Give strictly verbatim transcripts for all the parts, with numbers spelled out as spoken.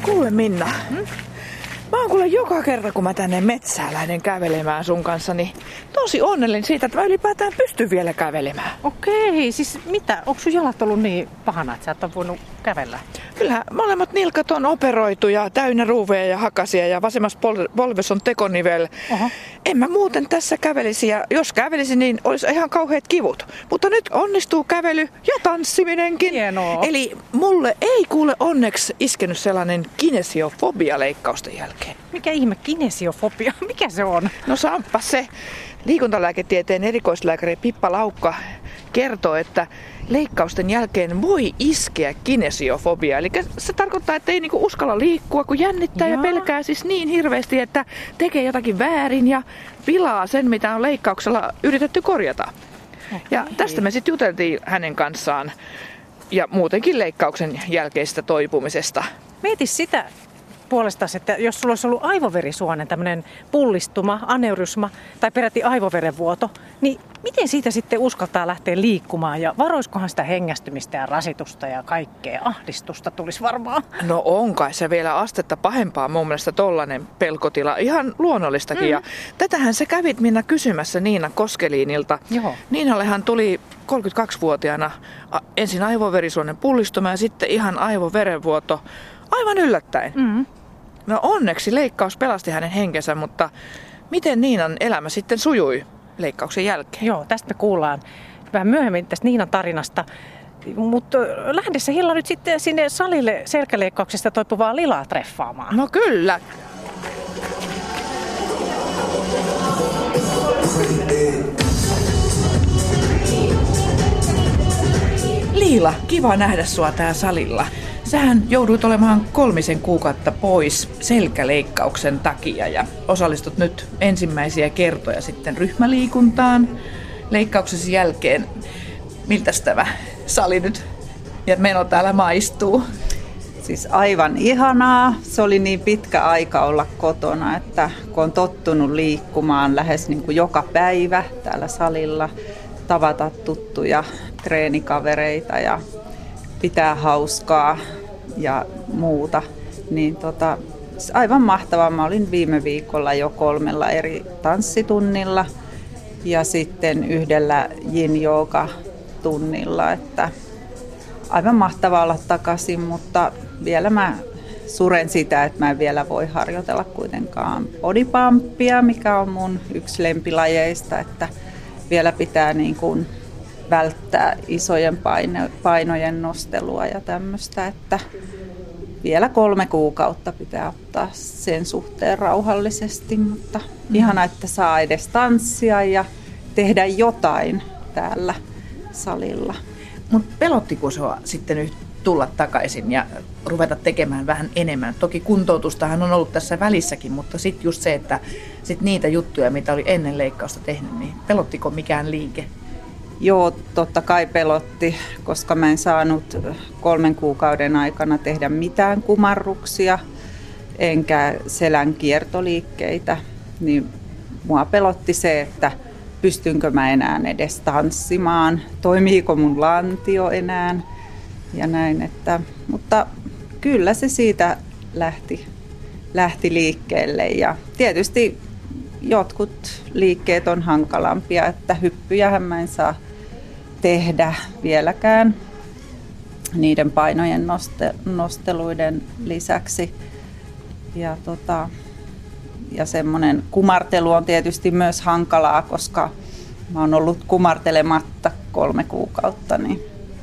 Kuule Minna, hmm? Mä oon kuule joka kerta kun mä tänne metsään lähden kävelemään sun kanssa, niin tosi onnellinen siitä, että mä ylipäätään pystyn vielä kävelemään. Okei, siis mitä? Onko sun jalat ollut niin pahana, että sä et ole voinut kävellä? Kyllä, molemmat nilkat on operoitu ja täynnä ruuveja ja hakasia ja vasemmassa pol- polvessa on tekonivel. Oho. En mä muuten tässä kävelisi ja jos kävelisin, niin olisi ihan kauheat kivut. Mutta nyt onnistuu kävely ja tanssiminenkin. Hienoa. Eli mulle ei kuule onneksi iskenyt sellainen kinesiofobia leikkausten jälkeen. Mikä ihme kinesiofobia? Mikä se on? No saappa se. Liikuntalääketieteen erikoislääkäri Pippa Laukka kertoo, että leikkausten jälkeen voi iskeä kinesiofobia. Eli se tarkoittaa, että ei niinku uskalla liikkua, kun jännittää Jaa. ja pelkää siis niin hirveästi, että tekee jotakin väärin ja pilaa sen, mitä on leikkauksella yritetty korjata. Okay. Ja tästä me sitten juteltiin hänen kanssaan ja muutenkin leikkauksen jälkeisestä toipumisesta. Mieti sitä puolestaan, että jos sulla olisi ollut aivoverisuonen, tämmöinen pullistuma, aneurysma tai peräti aivoverenvuoto, niin miten siitä sitten uskaltaa lähteä liikkumaan ja varoiskohan sitä hengästymistä ja rasitusta ja kaikkea ahdistusta tulisi varmaan? No on kai se vielä astetta pahempaa mun mielestä tollainen pelkotila, ihan luonnollistakin. Mm. Ja tätähän sä kävit Minna kysymässä Niina Koskeliinilta. Joo. Niinallehan tuli kolmekymmentäkaksivuotiaana ensin aivoverisuonen pullistuma ja sitten ihan aivoverenvuoto. Aivan yllättäen. Mm. No onneksi leikkaus pelasti hänen henkensä, mutta miten Niinan elämä sitten sujui leikkauksen jälkeen? Joo, tästä me kuullaan vähän myöhemmin tästä Niinan tarinasta. Mutta lähdessä Hilla nyt sitten sinne salille selkäleikkauksesta toipuvaa Lilaa treffaamaan. No kyllä. Liila, kiva nähdä sua tää salilla. Sähän jouduit olemaan kolmisen kuukautta pois selkäleikkauksen takia ja osallistut nyt ensimmäisiä kertoja sitten ryhmäliikuntaan leikkauksesi jälkeen. Miltäs tämä sali nyt ja meno täällä maistuu? Siis aivan ihanaa. Se oli niin pitkä aika olla kotona, että kun on tottunut liikkumaan lähes niin kuin joka päivä täällä salilla, tavata tuttuja treenikavereita ja pitää hauskaa ja muuta, niin tota, aivan mahtavaa. Mä olin viime viikolla jo kolmella eri tanssitunnilla ja sitten yhdellä yin-jooga-tunnilla, että aivan mahtavaa olla takaisin, mutta vielä mä suren sitä, että mä en vielä voi harjoitella kuitenkaan bodypumpia, mikä on mun yksi lempilajeista, että vielä pitää niin kuin välttää isojen paino, painojen nostelua ja tämmöistä, että vielä kolme kuukautta pitää ottaa sen suhteen rauhallisesti, mutta mm. ihana, että saa edes tanssia ja tehdä jotain täällä salilla. Mutta pelottiko sua sitten nyt tulla takaisin ja ruveta tekemään vähän enemmän? Toki kuntoutustahan on ollut tässä välissäkin, mutta sitten just se, että sit niitä juttuja, mitä oli ennen leikkausta tehnyt, niin pelottiko mikään liike? Joo, totta kai pelotti, koska mä en saanut kolmen kuukauden aikana tehdä mitään kumarruksia, enkä selän kiertoliikkeitä. Niin mua pelotti se, että pystynkö mä enää edes tanssimaan, toimiiko mun lantio enää ja näin. Että, mutta kyllä se siitä lähti, lähti liikkeelle ja tietysti jotkut liikkeet on hankalampia, että hyppyjähän mä en saa tehdä vieläkään niiden painojen noste, nosteluiden lisäksi. Ja, tota, ja semmoinen kumartelu on tietysti myös hankalaa, koska mä oon ollut kumartelematta kolme kuukautta, niin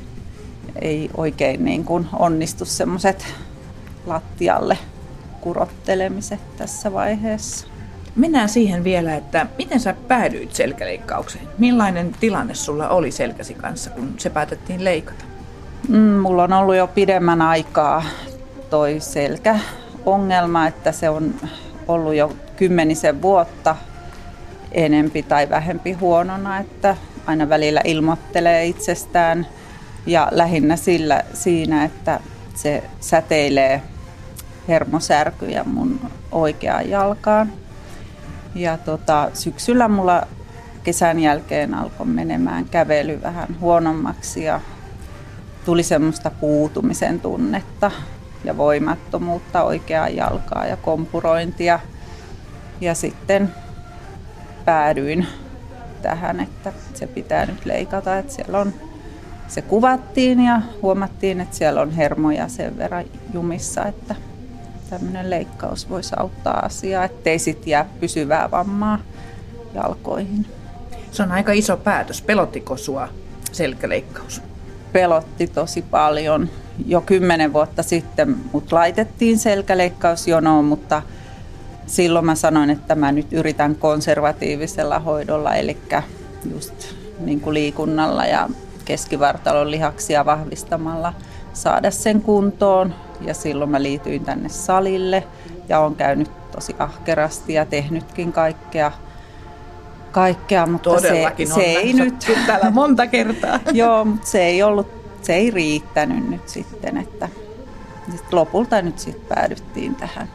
ei oikein niin kuin onnistu semmoiset lattialle kurottelemiset tässä vaiheessa. Mennään siihen vielä, että miten sä päädyit selkäleikkaukseen? Millainen tilanne sulla oli selkäsi kanssa, kun se päätettiin leikata? Mm, mulla on ollut jo pidemmän aikaa toi selkäongelma, että se on ollut jo kymmenisen vuotta enempi tai vähempi huonona, että aina välillä ilmoittelee itsestään ja lähinnä sillä, siinä, että se säteilee hermosärkyjä mun oikeaan jalkaan. Ja tota, syksyllä mulla kesän jälkeen alkoi menemään kävely vähän huonommaksi ja tuli semmoista puutumisen tunnetta. ja voimattomuutta oikeaan jalkaan ja kompurointia. Ja sitten päädyin tähän, että se pitää nyt leikata, että siellä on, se kuvattiin ja huomattiin, että siellä on hermoja sen verran jumissa, että tämmöinen leikkaus voisi auttaa asiaa, ettei sitten jää pysyvää vammaa jalkoihin. Se on aika iso päätös. Pelottiko sua selkäleikkaus? Pelotti tosi paljon. Jo kymmenen vuotta sitten mut laitettiin selkäleikkausjonoon, mutta silloin mä sanoin, että mä nyt yritän konservatiivisella hoidolla, eli just niin kuin liikunnalla ja keskivartalon lihaksia vahvistamalla saada sen kuntoon. Ja silloin mä liityin tänne salille ja olen käynyt tosi ahkerasti ja tehnytkin kaikkea. kaikkea mutta Todellakin se, on se ei nyt täällä monta kertaa. Joo, mutta se ei ollut, se ei riittänyt nyt sitten, että sit lopulta nyt sitten päädyttiin tähän.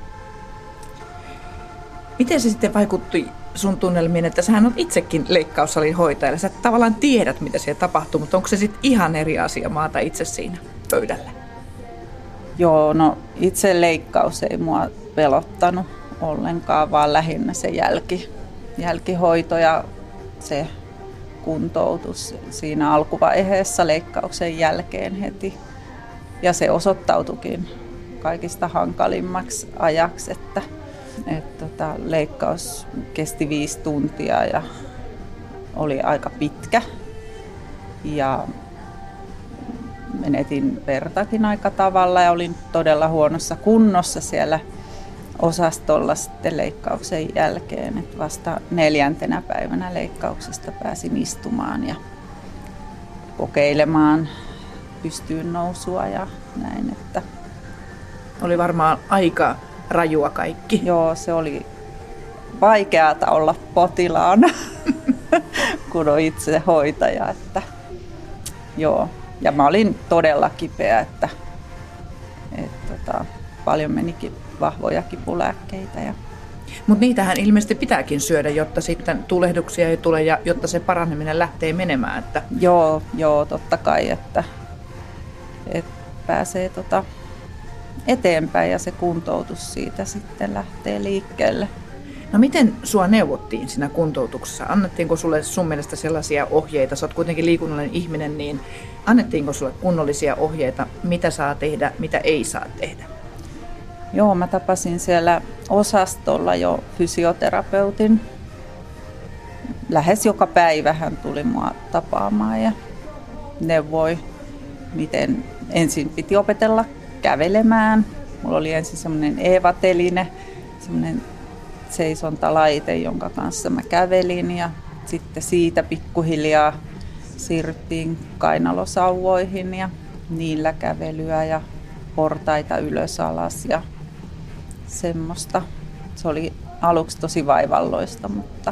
Miten se sitten vaikutti sun tunnelmiin, että sähän olet itsekin leikkaussalin hoitaja, sä tavallaan tiedät, mitä siellä tapahtuu, mutta onko se sitten ihan eri asia maata itse siinä pöydällä? Joo, no itse leikkaus ei mua pelottanut ollenkaan, vaan lähinnä se jälki, jälkihoito ja se kuntoutus siinä alkuvaiheessa leikkauksen jälkeen heti. Ja se osoittautuikin kaikista hankalimmaksi ajaksi, että, että tota, leikkaus kesti viisi tuntia ja oli aika pitkä. Ja menetin vertakin aika tavalla ja olin todella huonossa kunnossa siellä osastolla sitten leikkauksen jälkeen. Että vasta neljäntenä päivänä leikkauksesta pääsin istumaan ja kokeilemaan pystyyn nousua ja näin. Että oli varmaan aika rajua kaikki. Joo, se oli vaikeata olla potilaana, kun on itse hoitaja. Että, joo. Ja mä olin todella kipeä, että, että, että paljon menikin vahvoja kipulääkkeitä. Ja mutta niitähän ilmeisesti pitääkin syödä, jotta sitten tulehduksia ei tule ja jotta se paraneminen lähtee menemään. Että Joo, joo, totta kai, että, että pääsee tota eteenpäin ja se kuntoutus siitä sitten lähtee liikkeelle. No miten sua neuvottiin siinä kuntoutuksessa? Annettiinko sulle sun mielestä sellaisia ohjeita? Sä oot kuitenkin liikunnallinen ihminen, niin annettiinko sulle kunnollisia ohjeita, mitä saa tehdä, mitä ei saa tehdä? Joo, mä tapasin siellä osastolla jo fysioterapeutin. Lähes joka päivä hän tuli mua tapaamaan ja neuvoi, miten ensin piti opetella kävelemään. Mulla oli ensin semmoinen Eeva-teline, semmoinen seisontalaite, jonka kanssa mä kävelin ja sitten siitä pikkuhiljaa siirryttiin kainalosauvoihin ja niillä kävelyä ja portaita ylös alas ja semmoista. Se oli aluksi tosi vaivalloista, mutta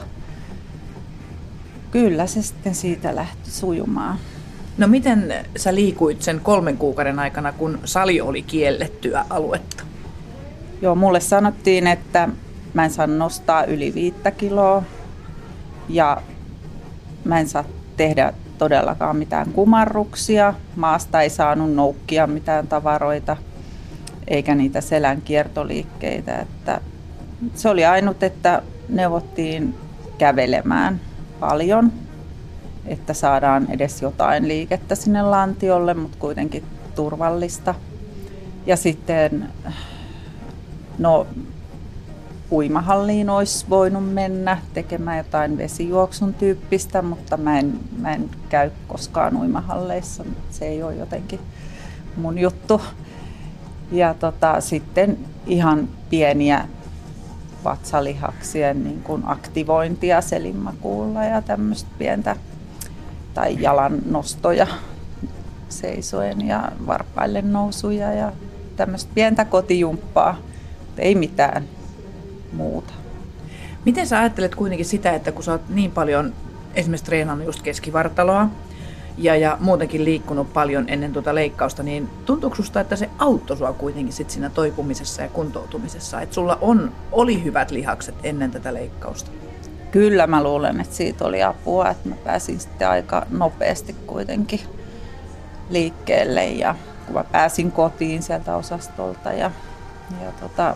kyllä se sitten siitä lähti sujumaan. No miten sä liikuit sen kolmen kuukauden aikana, kun sali oli kiellettyä aluetta? Joo, mulle sanottiin, että mä en saa nostaa yli viittä kiloa ja mä en saa tehdä todellakaan mitään kumarruksia. Maasta ei saanut noukkia mitään tavaroita eikä niitä selän kiertoliikkeitä. Että se oli ainut, että neuvottiin kävelemään paljon, että saadaan edes jotain liikettä sinne lantiolle, mutta kuitenkin turvallista. Ja sitten no, uimahalliin olisi voinut mennä tekemään jotain vesijuoksun tyyppistä, mutta mä en, mä en käy koskaan uimahalleissa. Se ei ole jotenkin mun juttu. Ja tota, sitten ihan pieniä vatsalihaksien niin kuin aktivointia selinmakuulla ja tämmöistä pientä tai jalan nostoja seisoen ja varpaille nousuja ja tämmöistä pientä kotijumppaa. Ei mitään muuta. Miten sä ajattelet kuitenkin sitä, että kun sä oot niin paljon esimerkiksi treenannut just keskivartaloa ja, ja muutenkin liikkunut paljon ennen tuota leikkausta, niin tuntuuko susta, että se auttoi sua kuitenkin sit siinä toipumisessa ja kuntoutumisessa? Että sulla on, oli hyvät lihakset ennen tätä leikkausta? Kyllä mä luulen, että siitä oli apua, että mä pääsin sitten aika nopeasti kuitenkin liikkeelle ja kun mä pääsin kotiin sieltä osastolta. Ja, ja tota,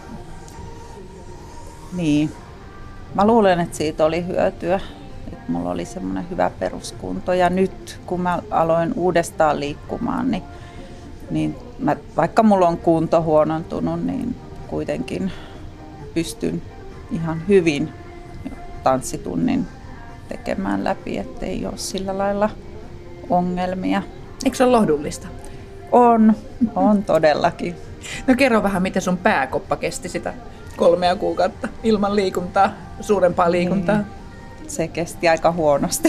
niin. Mä luulen, että siitä oli hyötyä, että mulla oli semmoinen hyvä peruskunto. Ja nyt kun mä aloin uudestaan liikkumaan, niin, niin mä, vaikka mulla on kunto huonontunut, niin kuitenkin pystyn ihan hyvin tanssitunnin tekemään läpi, ettei ole sillä lailla ongelmia. Eikö se ole lohdullista? On, on todellakin. No kerro vähän, miten sun pääkoppa kesti sitä kolmea kuukautta ilman liikuntaa, suurempaa liikuntaa. Niin. Se kesti aika huonosti,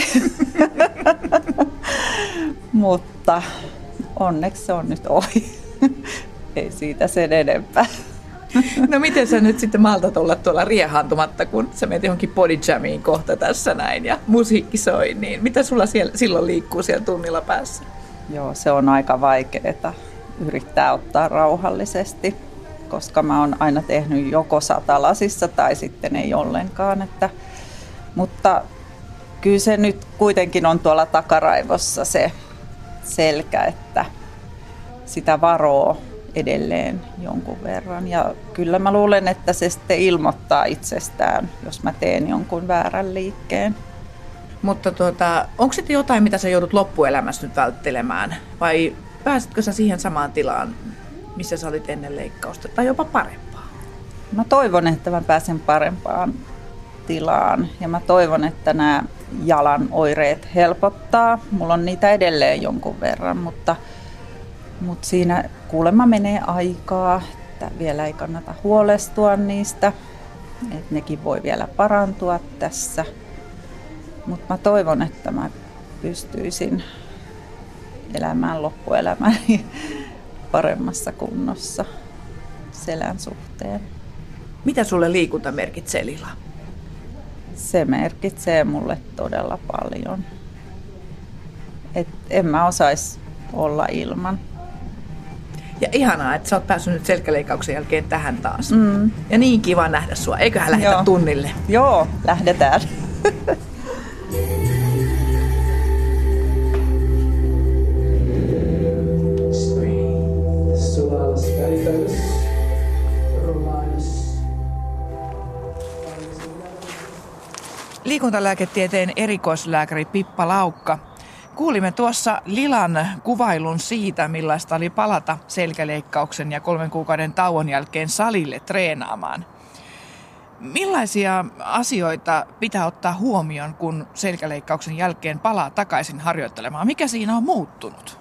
mutta onneksi se on nyt ohi. Ei siitä sen enempää. No miten sä nyt sitten maltat olla tuolla riehaantumatta, kun sä menet johonkin body jamiin kohta tässä näin ja musiikki soi, niin mitä sulla siellä, silloin liikkuu siellä tunnilla päässä? Joo, se on aika vaikeaa yrittää ottaa rauhallisesti, koska mä oon aina tehnyt joko satalasissa tai sitten ei ollenkaan. Että, mutta kyllä se nyt kuitenkin on tuolla takaraivossa se selkä, että sitä varoo edelleen jonkun verran. Ja kyllä mä luulen, että se sitten ilmoittaa itsestään, jos mä teen jonkun väärän liikkeen. Mutta tuota, onko sitten jotain, mitä sä joudut loppuelämässä nyt välttelemään? Vai pääsitkö sä siihen samaan tilaan, missä sä olit ennen leikkausta, tai jopa parempaan? Mä toivon, että mä pääsen parempaan tilaan. Ja mä toivon, että nämä jalan oireet helpottaa. Mulla on niitä edelleen jonkun verran, mutta Mutta siinä kuulemma menee aikaa, että vielä ei kannata huolestua niistä, että nekin voi vielä parantua tässä. Mutta mä toivon, että mä pystyisin elämään loppuelämäni paremmassa kunnossa selän suhteen. Mitä sulle liikunta merkitsee, Lila? Se merkitsee mulle todella paljon. Et en mä osaisi olla ilman. Ja ihanaa, että sä oot päässyt nyt selkäleikkauksen jälkeen tähän taas. Mm. Ja niin kiva nähdä sua. Eiköhän lähdetä Joo. tunnille? Joo, lähdetään. Liikuntalääketieteen erikoislääkäri Pippa Laukka. Kuulimme tuossa Lilan kuvailun siitä, millaista oli palata selkäleikkauksen ja kolmen kuukauden tauon jälkeen salille treenaamaan. Millaisia asioita pitää ottaa huomioon, kun selkäleikkauksen jälkeen palaa takaisin harjoittelemaan? Mikä siinä on muuttunut?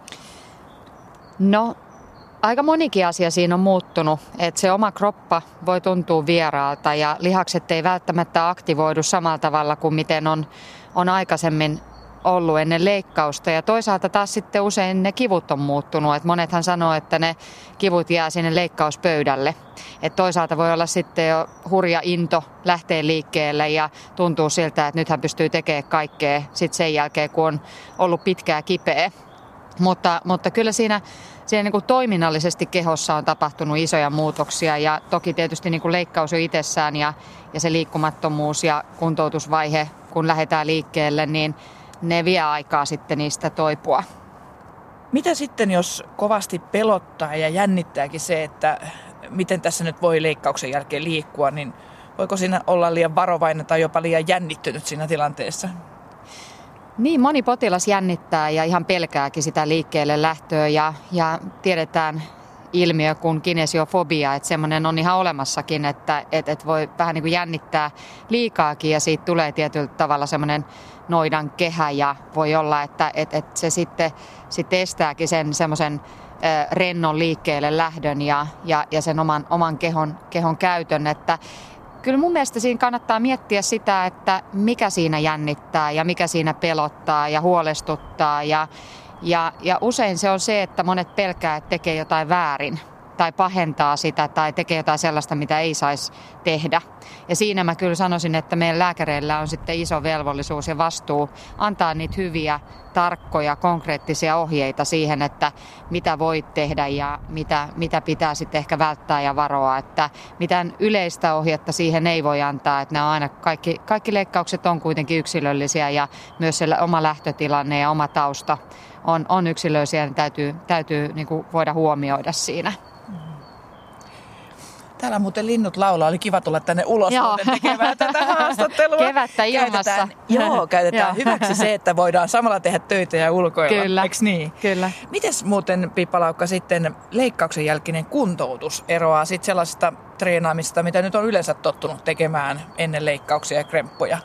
No, aika monikin asia siinä on muuttunut. Että se oma kroppa voi tuntua vieraalta ja lihakset ei välttämättä aktivoidu samalla tavalla kuin miten on, on aikaisemmin ollut ennen leikkausta. Ja toisaalta taas sitten usein ne kivut on muuttunut. Et monethan sanoo, että ne kivut jää sinne leikkauspöydälle. Et toisaalta voi olla sitten jo hurja into lähteä liikkeelle ja tuntuu siltä, että nyt hän pystyy tekemään kaikkea sit sen jälkeen, kun on ollut pitkää kipeä. Mutta, mutta kyllä siinä, siinä niin kuin toiminnallisesti kehossa on tapahtunut isoja muutoksia ja toki tietysti niin kuin leikkaus jo itsessään ja, ja se liikkumattomuus ja kuntoutusvaihe, kun lähdetään liikkeelle, niin ne vie aikaa sitten niistä toipua. Mitä sitten, jos kovasti pelottaa ja jännittääkin se, että miten tässä nyt voi leikkauksen jälkeen liikkua, niin voiko siinä olla liian varovainen tai jopa liian jännittynyt siinä tilanteessa? Niin, moni potilas jännittää ja ihan pelkääkin sitä liikkeelle lähtöä ja, ja tiedetään ilmiö kuin kinesiofobia, että semmoinen on ihan olemassakin, että et, et voi vähän niin kuin jännittää liikaakin ja siitä tulee tietyllä tavalla semmoinen noidan kehä ja voi olla, että et, et se sitten, sitten estääkin sen semmoisen äh, rennon liikkeelle lähdön ja, ja, ja sen oman, oman kehon, kehon käytön, että kyllä mun mielestä siinä kannattaa miettiä sitä, että mikä siinä jännittää ja mikä siinä pelottaa ja huolestuttaa. Ja, ja, ja usein se on se, että monet pelkää, että tekee jotain väärin. tai pahentaa sitä tai tekee jotain sellaista, mitä ei saisi tehdä. Ja siinä mä kyllä sanoisin, että meidän lääkäreillä on sitten iso velvollisuus ja vastuu antaa niitä hyviä, tarkkoja, konkreettisia ohjeita siihen, että mitä voit tehdä ja mitä, mitä pitää sitten ehkä välttää ja varoa. Että mitään yleistä ohjetta siihen ei voi antaa, että nämä on aina, kaikki, kaikki leikkaukset on kuitenkin yksilöllisiä ja myös se oma lähtötilanne ja oma tausta on, on yksilöllisiä ja täytyy, täytyy niin kuin voida huomioida siinä. Täällä muuten linnut laulaa. Oli kiva tulla tänne ulos tekemään tätä haastattelua. Kevättä ilmassa. Käytetään, joo, käytetään hyväksi se, että voidaan samalla tehdä töitä ja ulkoilla. Kyllä. Eiks niin? Kyllä. Mites muuten, Pippa Laukka, sitten leikkauksen jälkeinen kuntoutus eroaa sitten sellaisesta treenaamista, mitä nyt on yleensä tottunut tekemään ennen leikkauksia ja kremppoja?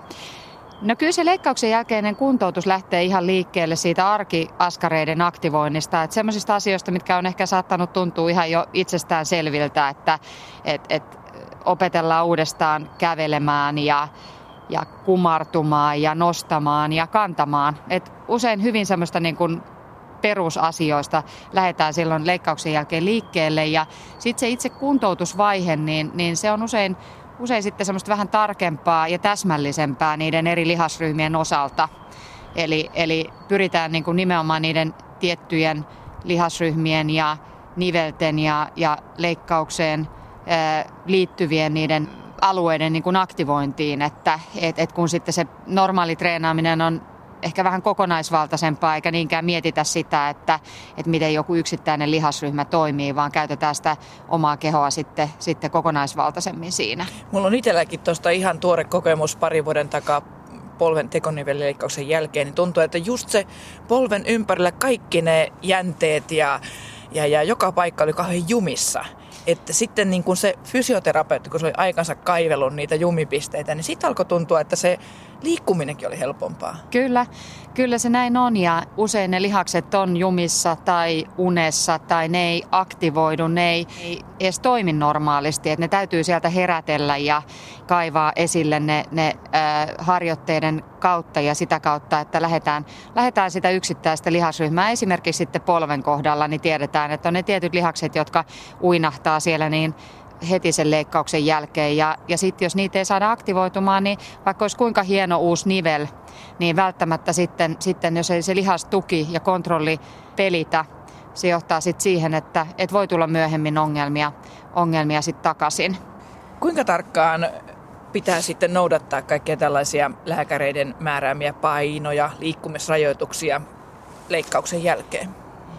No kyllä se leikkauksen jälkeinen kuntoutus lähtee ihan liikkeelle siitä arkiaskareiden aktivoinnista. Että sellaisista asioista, mitkä on ehkä saattanut tuntua ihan jo itsestään selviltä, että et, et opetellaan uudestaan kävelemään ja, ja kumartumaan ja nostamaan ja kantamaan. Et usein hyvin semmoista niin kuin perusasioista lähdetään silloin leikkauksen jälkeen liikkeelle. Ja sitten se itse kuntoutusvaihe, niin, niin se on usein... Usein sitten semmoista vähän tarkempaa ja täsmällisempää niiden eri lihasryhmien osalta. Eli, eli pyritään niin kuin nimenomaan niiden tiettyjen lihasryhmien ja nivelten ja, ja leikkaukseen ää, liittyvien niiden alueiden niin kuin aktivointiin. Että et, et kun sitten se normaali treenaaminen on ehkä vähän kokonaisvaltaisempaa, eikä niinkään mietitä sitä, että, että miten joku yksittäinen lihasryhmä toimii, vaan käytetään sitä omaa kehoa sitten, sitten kokonaisvaltaisemmin siinä. Mulla on itselläkin tuosta ihan tuore kokemus pari vuoden takaa polven tekonivelleikkauksen jälkeen, niin tuntuu, että just se polven ympärillä kaikki ne jänteet ja, ja, ja joka paikka oli kauhean jumissa. Että sitten niin kun se fysioterapeutti, kun se oli aikansa kaivellut niitä jumipisteitä, niin sitten alkoi tuntua, että se liikkuminenkin oli helpompaa. Kyllä, kyllä se näin on ja usein ne lihakset on jumissa tai unessa tai ne ei aktivoidu, ne ei, ei edes toimi normaalisti. Että ne täytyy sieltä herätellä ja kaivaa esille ne, ne äh, harjoitteiden kautta ja sitä kautta, että lähdetään, lähdetään sitä yksittäistä lihasryhmää. Esimerkiksi sitten polven kohdalla niin tiedetään, että on ne tietyt lihakset, jotka uinahtaa siellä niin heti sen leikkauksen jälkeen. Ja, ja sitten jos niitä ei saada aktivoitumaan, niin vaikka olisi kuinka hieno uusi nivel, niin välttämättä sitten, sitten jos ei se lihastuki ja kontrolli pelitä, se johtaa sitten siihen, että et voi tulla myöhemmin ongelmia, ongelmia sitten takaisin. Kuinka tarkkaan pitää sitten noudattaa kaikkia tällaisia lääkäreiden määräämiä painoja, liikkumisrajoituksia leikkauksen jälkeen?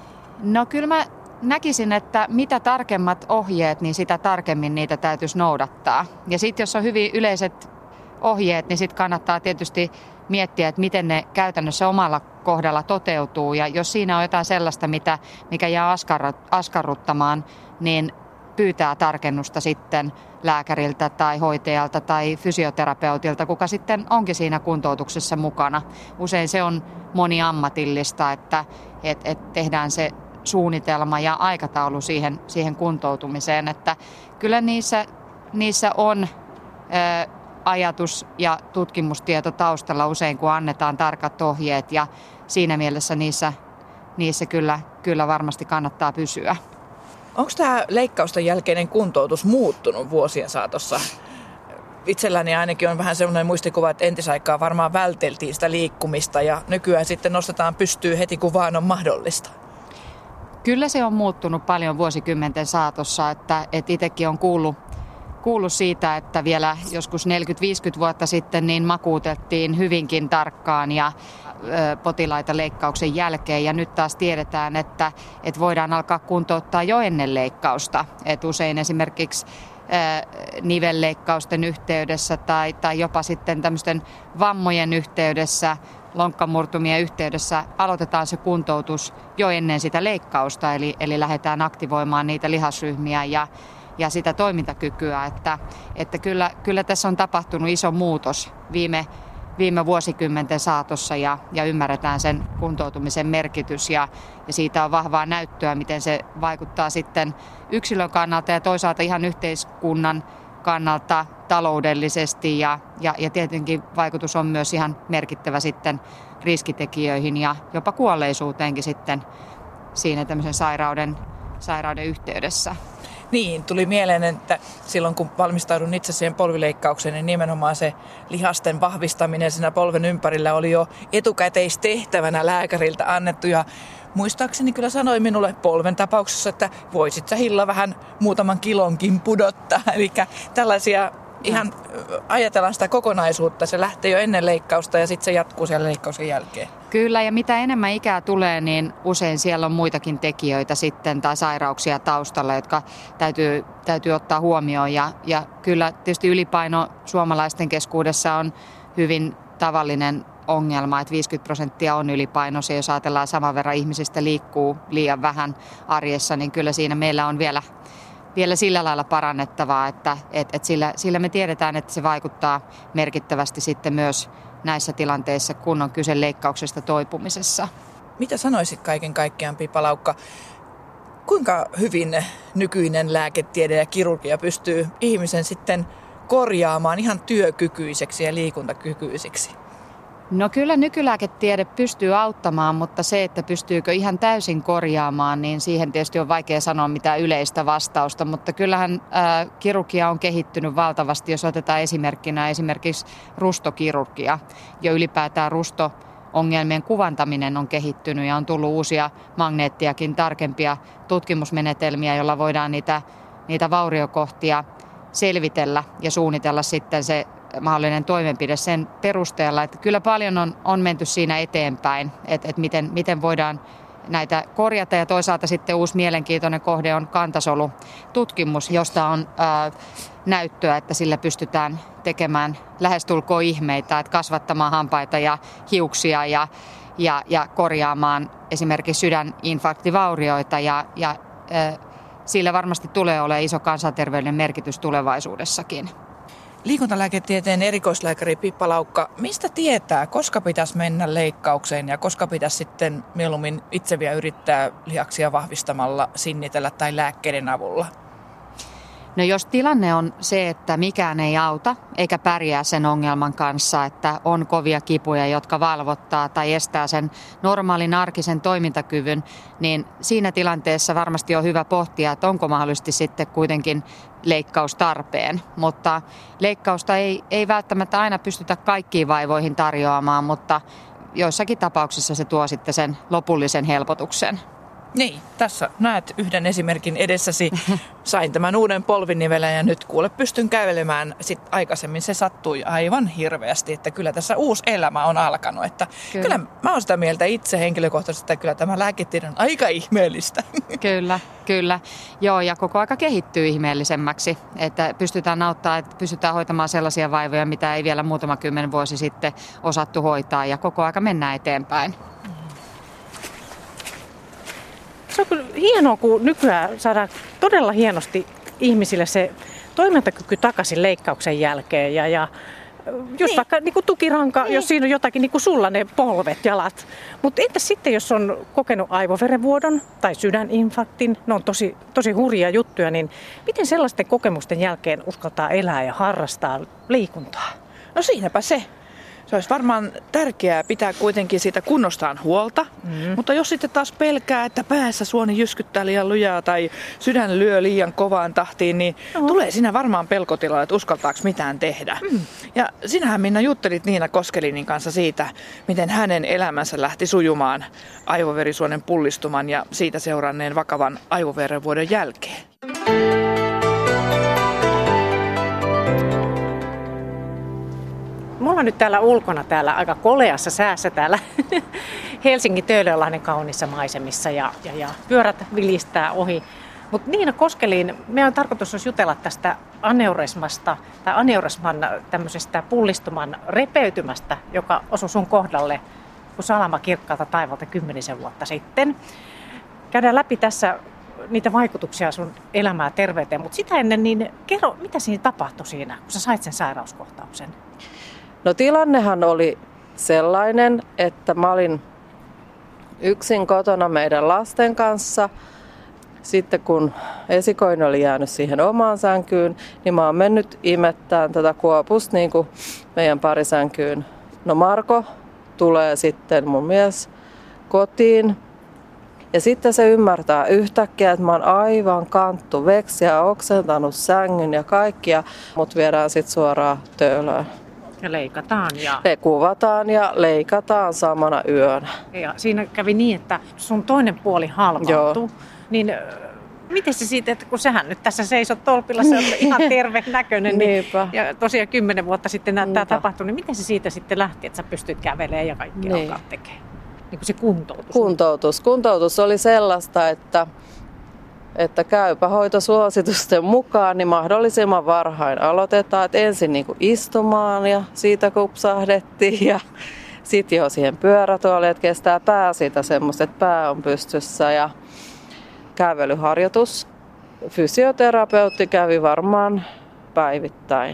No kyllä mä näkisin, että mitä tarkemmat ohjeet, niin sitä tarkemmin niitä täytyisi noudattaa. Ja sitten jos on hyvin yleiset ohjeet, niin sitten kannattaa tietysti miettiä, että miten ne käytännössä omalla kohdalla toteutuu. Ja jos siinä on jotain sellaista, mitä, mikä jää askarruttamaan, niin pyytää tarkennusta sitten lääkäriltä tai hoitajalta tai fysioterapeutilta, kuka sitten onkin siinä kuntoutuksessa mukana. Usein se on moniammatillista, että et, et tehdään se suunnitelma ja aikataulu siihen, siihen kuntoutumiseen, että kyllä niissä, niissä on ä, ajatus ja tutkimustieto taustalla usein, kun annetaan tarkat ohjeet ja siinä mielessä niissä, niissä kyllä, kyllä varmasti kannattaa pysyä. Onko tämä leikkausten jälkeinen kuntoutus muuttunut vuosien saatossa? Itselläni ainakin on vähän sellainen muistikuva, että entisaikaa varmaan välteltiin sitä liikkumista ja nykyään sitten nostetaan pystyyn heti, kun vaan on mahdollista. Kyllä se on muuttunut paljon vuosikymmenten saatossa, että, että itsekin on kuullut, kuullut siitä, että vielä joskus neljäkymmentä viisikymmentä vuotta sitten niin makuutettiin hyvinkin tarkkaan ja ö, potilaita leikkauksen jälkeen. Ja nyt taas tiedetään, että, että voidaan alkaa kuntouttaa jo ennen leikkausta. Et usein esimerkiksi ö, nivelleikkausten yhteydessä tai, tai jopa sitten tämmöisten vammojen yhteydessä, lonkkamurtumien yhteydessä aloitetaan se kuntoutus jo ennen sitä leikkausta, eli, eli lähdetään aktivoimaan niitä lihasryhmiä ja, ja sitä toimintakykyä, että, että kyllä, kyllä tässä on tapahtunut iso muutos viime, viime vuosikymmenten saatossa ja, ja ymmärretään sen kuntoutumisen merkitys ja, ja siitä on vahvaa näyttöä, miten se vaikuttaa sitten yksilön kannalta ja toisaalta ihan yhteiskunnan kannalta taloudellisesti ja, ja, ja tietenkin vaikutus on myös ihan merkittävä sitten riskitekijöihin ja jopa kuolleisuuteenkin sitten siinä tämmöisen sairauden sairauden yhteydessä. Niin, tuli mieleen, että silloin kun valmistaudun itse siihen polvileikkaukseen, niin nimenomaan se lihasten vahvistaminen siinä polven ympärillä oli jo etukäteistehtävänä lääkäriltä annettu. Ja muistaakseni kyllä sanoi minulle polven tapauksessa, että voisit sä Hilla vähän muutaman kilonkin pudottaa. Eli tällaisia ihan ajatellaan sitä kokonaisuutta. Se lähtee jo ennen leikkausta ja sitten se jatkuu siellä leikkauksen jälkeen. Kyllä, ja mitä enemmän ikää tulee, niin usein siellä on muitakin tekijöitä sitten tai sairauksia taustalla, jotka täytyy, täytyy ottaa huomioon. Ja, ja kyllä tietysti ylipaino suomalaisten keskuudessa on hyvin tavallinen ongelma, että viisikymmentä prosenttia on ylipainoisia. Jos ajatellaan saman verran ihmisistä liikkuu liian vähän arjessa, niin kyllä siinä meillä on vielä, vielä sillä lailla parannettavaa, että et, et sillä, sillä me tiedetään, että se vaikuttaa merkittävästi sitten myös näissä tilanteissa, kun on kyse leikkauksesta toipumisessa. Mitä sanoisit kaiken kaikkiaan, Pippa Laukka? Kuinka hyvin nykyinen lääketiede ja kirurgia pystyy ihmisen sitten korjaamaan ihan työkykyiseksi ja liikuntakykyisiksi? No kyllä nykylääketiede pystyy auttamaan, mutta se, että pystyykö ihan täysin korjaamaan, niin siihen tietysti on vaikea sanoa mitään yleistä vastausta. Mutta kyllähän ää, kirurgia on kehittynyt valtavasti, jos otetaan esimerkkinä esimerkiksi rustokirurgia. Jo ylipäätään rusto-ongelmien kuvantaminen on kehittynyt ja on tullut uusia magneettiakin tarkempia tutkimusmenetelmiä, joilla voidaan niitä, niitä vauriokohtia selvitellä ja suunnitella sitten se mahdollinen toimenpide sen perusteella, että kyllä paljon on, on menty siinä eteenpäin, että, että miten, miten voidaan näitä korjata ja toisaalta sitten uusi mielenkiintoinen kohde on kantasolututkimus, josta on ää, näyttöä, että sillä pystytään tekemään lähestulkoon ihmeitä, että kasvattamaan hampaita ja hiuksia ja, ja, ja korjaamaan esimerkiksi sydäninfarktivaurioita ja, ja ää, sillä varmasti tulee olemaan iso kansanterveyden merkitys tulevaisuudessakin. Liikuntalääketieteen erikoislääkäri Pippa Laukka, mistä tietää, koska pitäisi mennä leikkaukseen ja koska pitäisi sitten mieluummin itse vielä yrittää lihaksia vahvistamalla, sinnitellä tai lääkkeiden avulla? No jos tilanne on se, että mikään ei auta eikä pärjää sen ongelman kanssa, että on kovia kipuja, jotka valvottaa tai estää sen normaalin arkisen toimintakyvyn, niin siinä tilanteessa varmasti on hyvä pohtia, että onko mahdollisesti sitten kuitenkin leikkaus tarpeen. Mutta leikkausta ei, ei välttämättä aina pystytä kaikkiin vaivoihin tarjoamaan, mutta joissakin tapauksissa se tuo sitten sen lopullisen helpotuksen. Niin, tässä näet yhden esimerkin edessäsi. Sain tämän uuden polvinivelen ja nyt kuule pystyn kävelemään. Sitten aikaisemmin se sattui aivan hirveästi, että kyllä tässä uusi elämä on alkanut. Että kyllä. kyllä mä oon sitä mieltä itse henkilökohtaisesti, että kyllä tämä lääketiede on aika ihmeellistä. Kyllä, kyllä. Joo, ja koko aika kehittyy ihmeellisemmäksi, että pystytään auttaa, että pystytään hoitamaan sellaisia vaivoja, mitä ei vielä muutama kymmenen vuosi sitten osattu hoitaa ja koko aika mennään eteenpäin. Se on kyllä hienoa, kun nykyään saadaan todella hienosti ihmisille se toimintakyky takaisin leikkauksen jälkeen. Ja, ja just niin. Vaikka niin kuin tukiranka, niin. Jos siinä on jotakin niin kuin sulla ne polvet, jalat. Mutta entäs sitten, jos on kokenut aivoverenvuodon tai sydäninfarktin, ne on tosi, tosi hurjia juttuja, niin miten sellaisten kokemusten jälkeen uskaltaa elää ja harrastaa liikuntaa? No siinäpä se. Se olisi varmaan tärkeää pitää kuitenkin siitä kunnostaan huolta, mm. mutta jos sitten taas pelkää, että päässä suoni jyskyttää liian lujaa tai sydän lyö liian kovaan tahtiin, niin Oho. tulee siinä varmaan pelkotila, että uskaltaako mitään tehdä. Mm. Ja sinähän, Minna, juttelit Niina Koskelinin kanssa siitä, miten hänen elämänsä lähti sujumaan aivoverisuonen pullistuman ja siitä seuranneen vakavan aivoverenvuodon jälkeen. Mulla on nyt täällä ulkona täällä aika koleassa säässä täällä Helsingin Töölönlahden kaunissa maisemissa ja, ja, ja pyörät vilistää ohi. Mutta Niina Koskelin, meidän on tarkoitus olisi jutella tästä aneurismasta tai aneurisman tämmöisestä pullistuman repeytymästä, joka osui sun kohdalle kun salama kirkkaalta taivalta kymmenisen vuotta sitten. Käydään läpi tässä niitä vaikutuksia sun elämää ja terveyteen, mutta sitä ennen niin kerro, mitä siinä tapahtui siinä, kun sä sait sen sairauskohtauksen? No tilannehan oli sellainen, että mä olin yksin kotona meidän lasten kanssa. Sitten kun esikoinen oli jäänyt siihen omaan sänkyyn, niin mä oon mennyt imettämään tätä kuopusta niin kuin meidän parisänkyyn. No Marko tulee sitten mun mies kotiin Ja sitten se ymmärtää yhtäkkiä, että mä oon aivan kanttu veksiä, oksentanut sängyn ja kaikkia, mut viedään sitten suoraan töölöön. Ja leikataan. Ja... Ne kuvataan ja leikataan samana yönä. ja siinä kävi niin, että sun toinen puoli halvaantui. Niin miten se siitä, että kun sähän nyt tässä seisot tolpilla, se on ihan terve näköinen. Niin, ja tosiaan kymmenen vuotta sitten tämä tapahtui, niin miten se siitä sitten lähti, että sä pystyt kävelemään ja kaikki niin. alkaa tekemään? Niin kuin se kuntoutus. Kuntoutus. Kuntoutus oli sellaista, että, että käypähoitosuositusten mukaan niin mahdollisimman varhain aloitetaan. Että ensin niin kuin istumaan ja siitä kupsahdettiin ja sitten jo siihen pyörätuoliin, että kestää pää siitä semmoista, että pää on pystyssä ja kävelyharjoitus. Fysioterapeutti kävi varmaan päivittäin.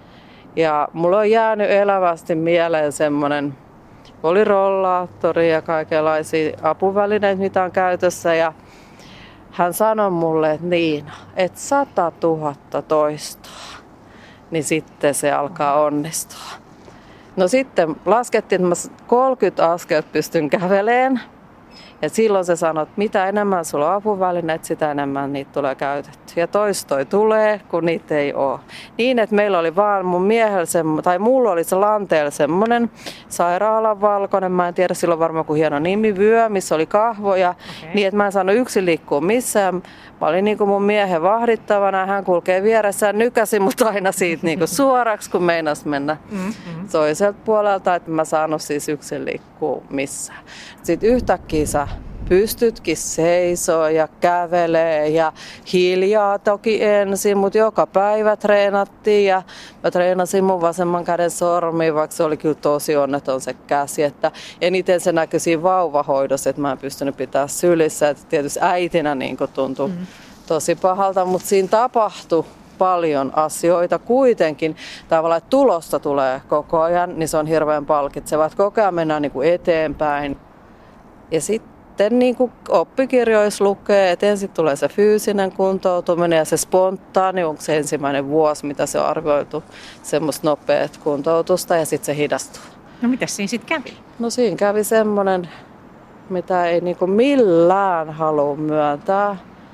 Ja mulla on jäänyt elävästi mieleen semmoinen, oli rollaattori ja kaikenlaisia apuvälineitä, mitä on käytössä. Ja hän sanoi mulle, että Niina, että sata tuhatta toistoa, niin sitten se alkaa onnistua. No sitten laskettiin, että mä kolmekymmentä askelta pystyn kävelemään. Ja silloin se sanoi, että mitä enemmän sulla on apuvälineitä, sitä enemmän niitä tulee käytetty. Ja toistoi tulee, kun niitä ei ole. Niin, että meillä oli vaan mun miehellä semmoinen, tai mulla oli se lanteella semmoinen sairaalan valkoinen, mä en tiedä, silloin varmaan kuin hieno nimi, vyö, missä oli kahvoja. Okay. Niin, että mä en saanut yksin liikkua missään. Mä olin niin kuin mun miehen vahdittavana, hän kulkee vieressään, nykäsi mut aina siitä niin kuin suoraksi, kun meinas mennä mm-hmm. toiselta puolelta, että mä saanut siis yksin liikkua missään. Sitten yhtäkkiä sä pystytkin seisoo ja kävelee ja hiljaa toki ensin, mutta joka päivä treenattiin ja mä treenasin mun vasemman käden sormiin, vaikka se oli kyllä tosi onneton se käsi, että eniten se näkyi siinä vauvahoidossa, että mä en pystynyt pitää sylissä, että tietysti äitinä niin tuntui mm. tosi pahalta, mutta siinä tapahtui paljon asioita kuitenkin tavallaan, että tulosta tulee koko ajan, niin se on hirveän palkitsevaa, että koko ajan mennään niin kuin eteenpäin ja sitten Sitten niin kuin oppikirjoissa lukee, että ensin tulee se fyysinen kuntoutuminen ja se spontaani, onko se ensimmäinen vuosi, mitä se on arvioitu, semmoista nopeat kuntoutusta ja sitten se hidastuu. No mitäs siinä sitten kävi? No siinä kävi semmoinen, mitä ei niin kuin millään halua myöntää,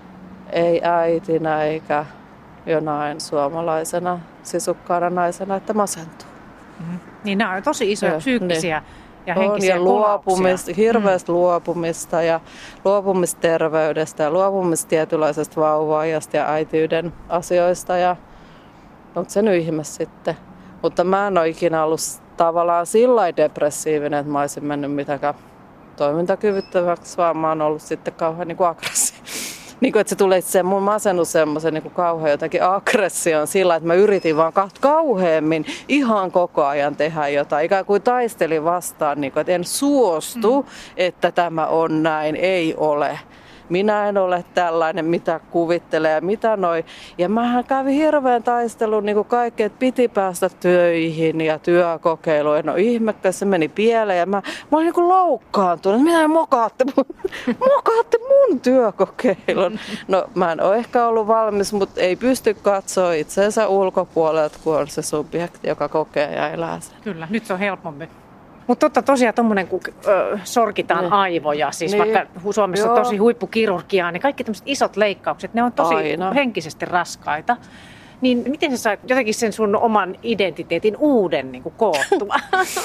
ei äitinä eikä jonain suomalaisena sisukkaana naisena, että masentuu. Mm-hmm. Niin nämä on tosi isoja ja, psyykkisiä. Niin. Ja on, ja luopumista, hirveästi mm. luopumista ja luopumisterveydestä ja luopumista tietynlaisesta vauva-ajasta ja äitiyden asioista. Ja, mutta se nyt ihme sitten. Mutta mä en ole ikinä ollut tavallaan sillä depressiivinen, että mä olisin mennyt mitenkään toimintakyvyttömäksi, vaan mä oon ollut sitten kauhean niin kuin aggressiivinen. Niin kuin, että se tulee se mun masennus semmoisen niin kauhean jotenkin aggression sillä, että mä yritin vaan kauheammin ihan koko ajan tehdä jotain. Ikään kuin taistelin vastaan, niin kuin, että en suostu, mm. että tämä on näin, ei ole. Minä en ole tällainen, mitä kuvittelee ja mitä noi. Ja mähän kävin hirveän taistelun niin kuin kaikki, että piti päästä töihin ja työkokeiluun. No ihmekkä, se meni pieleen ja mä, mä olin niin kuin loukkaantunut. Minä mokaatte mun, mokaatte mun työkokeilun. No mä en ole ehkä ollut valmis, mutta ei pysty katsoa itseensä ulkopuolelta, kun on se subjekti, joka kokee ja elää sen. Kyllä, nyt se on helpommin. Mutta totta tosiaan tommonen, kun ö, sorkitaan niin. aivoja, siis niin. vaikka Suomessa Joo. on tosi huippukirurgiaa, niin kaikki tämmöiset isot leikkaukset, ne on tosi Aina. henkisesti raskaita. Niin miten sä sait jotenkin sen sun oman identiteetin uuden niin kuin koottua?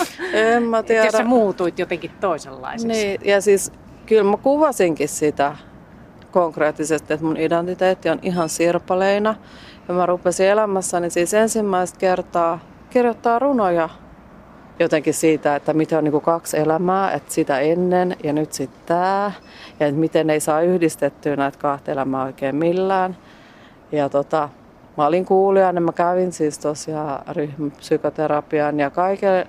En mä tiedä. Jos sä muutuit jotenkin toisenlaiseksi. Niin, ja siis kyllä mä kuvasinkin sitä konkreettisesti, että mun identiteetti on ihan sirpaleina. Ja mä rupesin elämässäni siis ensimmäistä kertaa kirjoittaa runoja. Jotenkin siitä, että miten on niin kuin kaksi elämää, että sitä ennen ja nyt sitten tämä. Ja että miten ei saa yhdistettyä näitä kahta elämää oikein millään. Ja tota, mä olin kuulijana, mä kävin siis tosiaan ryhmäpsykoterapian ja kaikkea,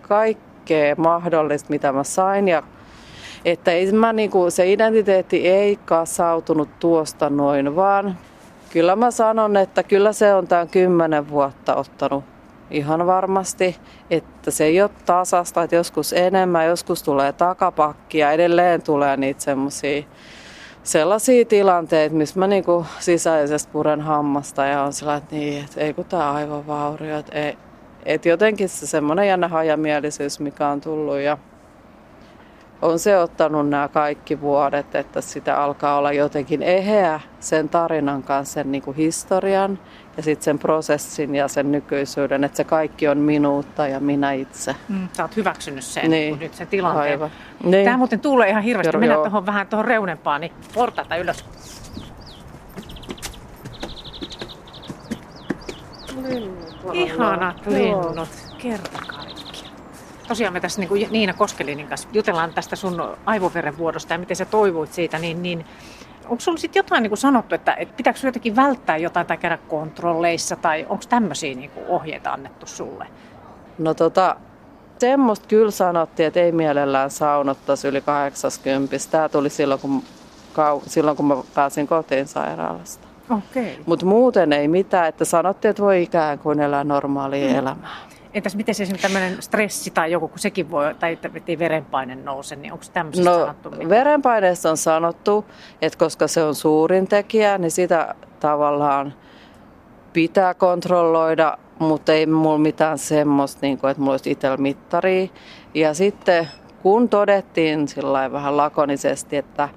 kaikkea mahdollista, mitä mä sain. Ja että ei mä, niin kuin, se identiteetti ei kasautunut tuosta noin, vaan kyllä mä sanon, että kyllä se on tämän kymmenen vuotta ottanut. Ihan varmasti, että se ei ole tasasta, että joskus enemmän, joskus tulee takapakkia, edelleen tulee niitä semmosia, sellaisia tilanteita, missä mä niinku sisäisesti puren hammasta ja on sellainen, että, niin, että ei kun tää aivovaurio, että, ei, että jotenkin se semmoinen jännä hajamielisyys, mikä on tullut ja on se ottanut nämä kaikki vuodet, että sitä alkaa olla jotenkin eheä sen tarinan kanssa, sen niin kuin historian ja sitten sen prosessin ja sen nykyisyyden, että se kaikki on minuutta ja minä itse. Mm, sä oot hyväksynyt sen, niin. nyt sen tilanteen. Aivan. Niin. Tämä muuten tuulee ihan hirveästi. Joo, Mennään joo. tuohon vähän tuohon reunempaan, niin portaita ylös. Linnut. Ihanat linnut, kerta kaikkiaan. Tosiaan me tässä niin kuin Niina Koskelinin kanssa jutellaan tästä sun aivoverenvuodosta ja miten sä toivuit siitä, niin, niin onko sulla sitten jotain niin kuin sanottu, että, että pitääkö sulla jotenkin välttää jotain tai käydä kontrolleissa tai onko tämmöisiä niin kuin ohjeita annettu sulle? No tota, semmoista kyllä sanottiin, että ei mielellään saunottaisi yli kahdeksankymmentä. Tämä tuli silloin kun, silloin, kun mä pääsin kotiin sairaalasta. Okei. Mutta muuten ei mitään, että sanottiin, että voi ikään kuin elää normaalia mm. elämää. Entäs miten se esimerkiksi tämmöinen stressi tai joku, kun sekin voi, tai että ei verenpaine nouse, niin onko tämmöisestä no, sanottu mitään? Verenpaineesta on sanottu, että koska se on suurin tekijä, niin sitä tavallaan pitää kontrolloida, mutta ei mulla mitään semmoista, niin kuin, että mulla olisi itsellä mittaria. Ja sitten kun todettiin sillä vähän lakonisesti, että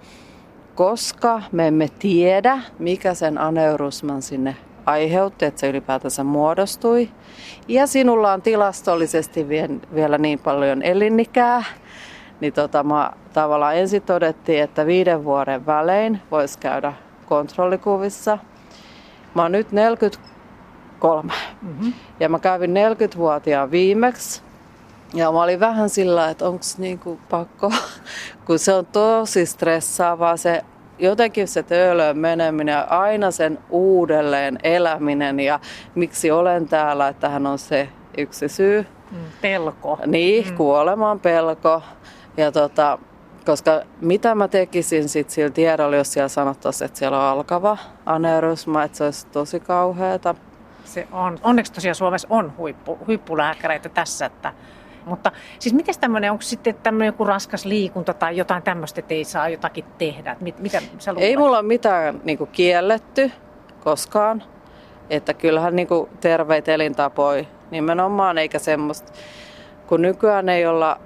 koska me emme tiedä, mikä sen aneurysman sinne aiheutti, että se ylipäätänsä muodostui. Ja sinulla on tilastollisesti vielä niin paljon elinikää, niin tota, mä tavallaan ensin todettiin, että viiden vuoden välein voisi käydä kontrollikuvissa. Mä oon nyt neljäkymmentäkolme mm-hmm. ja mä kävin neljäkymmentävuotiaan viimeksi. Ja mä olin vähän sillä, että onko niinku pakko, kun se on tosi stressaavaa se jotenkin se töölöön meneminen ja aina sen uudelleen eläminen ja miksi olen täällä, että hän on se yksi syy. Mm, pelko. Niin, mm. kuoleman pelko. Ja tota, koska mitä mä tekisin sit sillä tiedolla, jos siellä sanottaisiin, että siellä on alkava aneurysma, että se olisi tosi kauheata. Se on. Onneksi tosiaan Suomessa on huippu, huippulääkäreitä tässä, että mutta siis miten tämmöinen, onko sitten tämmöinen joku raskas liikunta tai jotain tämmöistä, että ei saa jotakin tehdä? Mit, mitä sä luulet? Ei mulla ole mitään niin kuin kielletty koskaan, että kyllähän niin kuin terveitä elintapoja nimenomaan, eikä semmoista, kun nykyään ei olla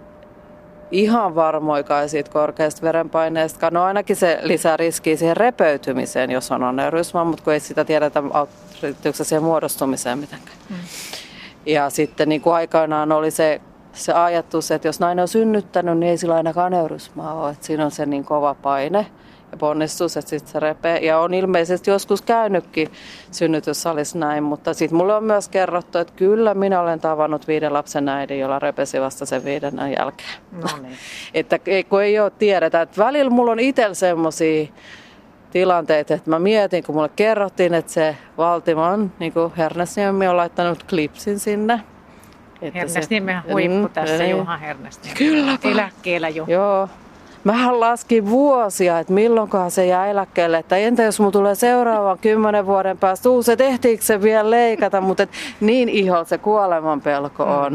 ihan varmoikaan siitä korkeasta verenpaineesta. No ainakin se lisää riskiä siihen repeytymiseen, jos on aneurysma, mutta kun ei sitä tiedetä, liittyykö se siihen muodostumiseen mitenkään. Mm. Ja sitten niin kuin aikanaan oli se Se ajatus, että jos nainen on synnyttänyt, niin ei sillä ainakaan aneurysmaa ole. Että siinä on se niin kova paine ja ponnistus, että sitten se repee. Ja on ilmeisesti joskus käynytkin synnytyssalissa näin, mutta sitten mulle on myös kerrottu, että kyllä minä olen tavannut viiden lapsen äidin, jolla repesi vasta sen viidennen jälkeen. No niin. Että kun ei ole tiedetä, että välillä mulla on itsellä semmoisia tilanteita, että mä mietin, kun mulle kerrottiin, että se Valtimon, niin kuin Hernesniemi on laittanut klipsin sinne. Hernesniemen huippu tässä, niin. Juha Hernesniemi. Kyllä. Eläkkeellä jo. Joo. Mähän laskin vuosia, että milloinkohan se jää eläkkeelle. Että entä jos mulla tulee seuraavan kymmenen vuoden päästä uusi, että ehtiikö se vielä leikata, mutta niin iholla se kuoleman pelko on. Mm.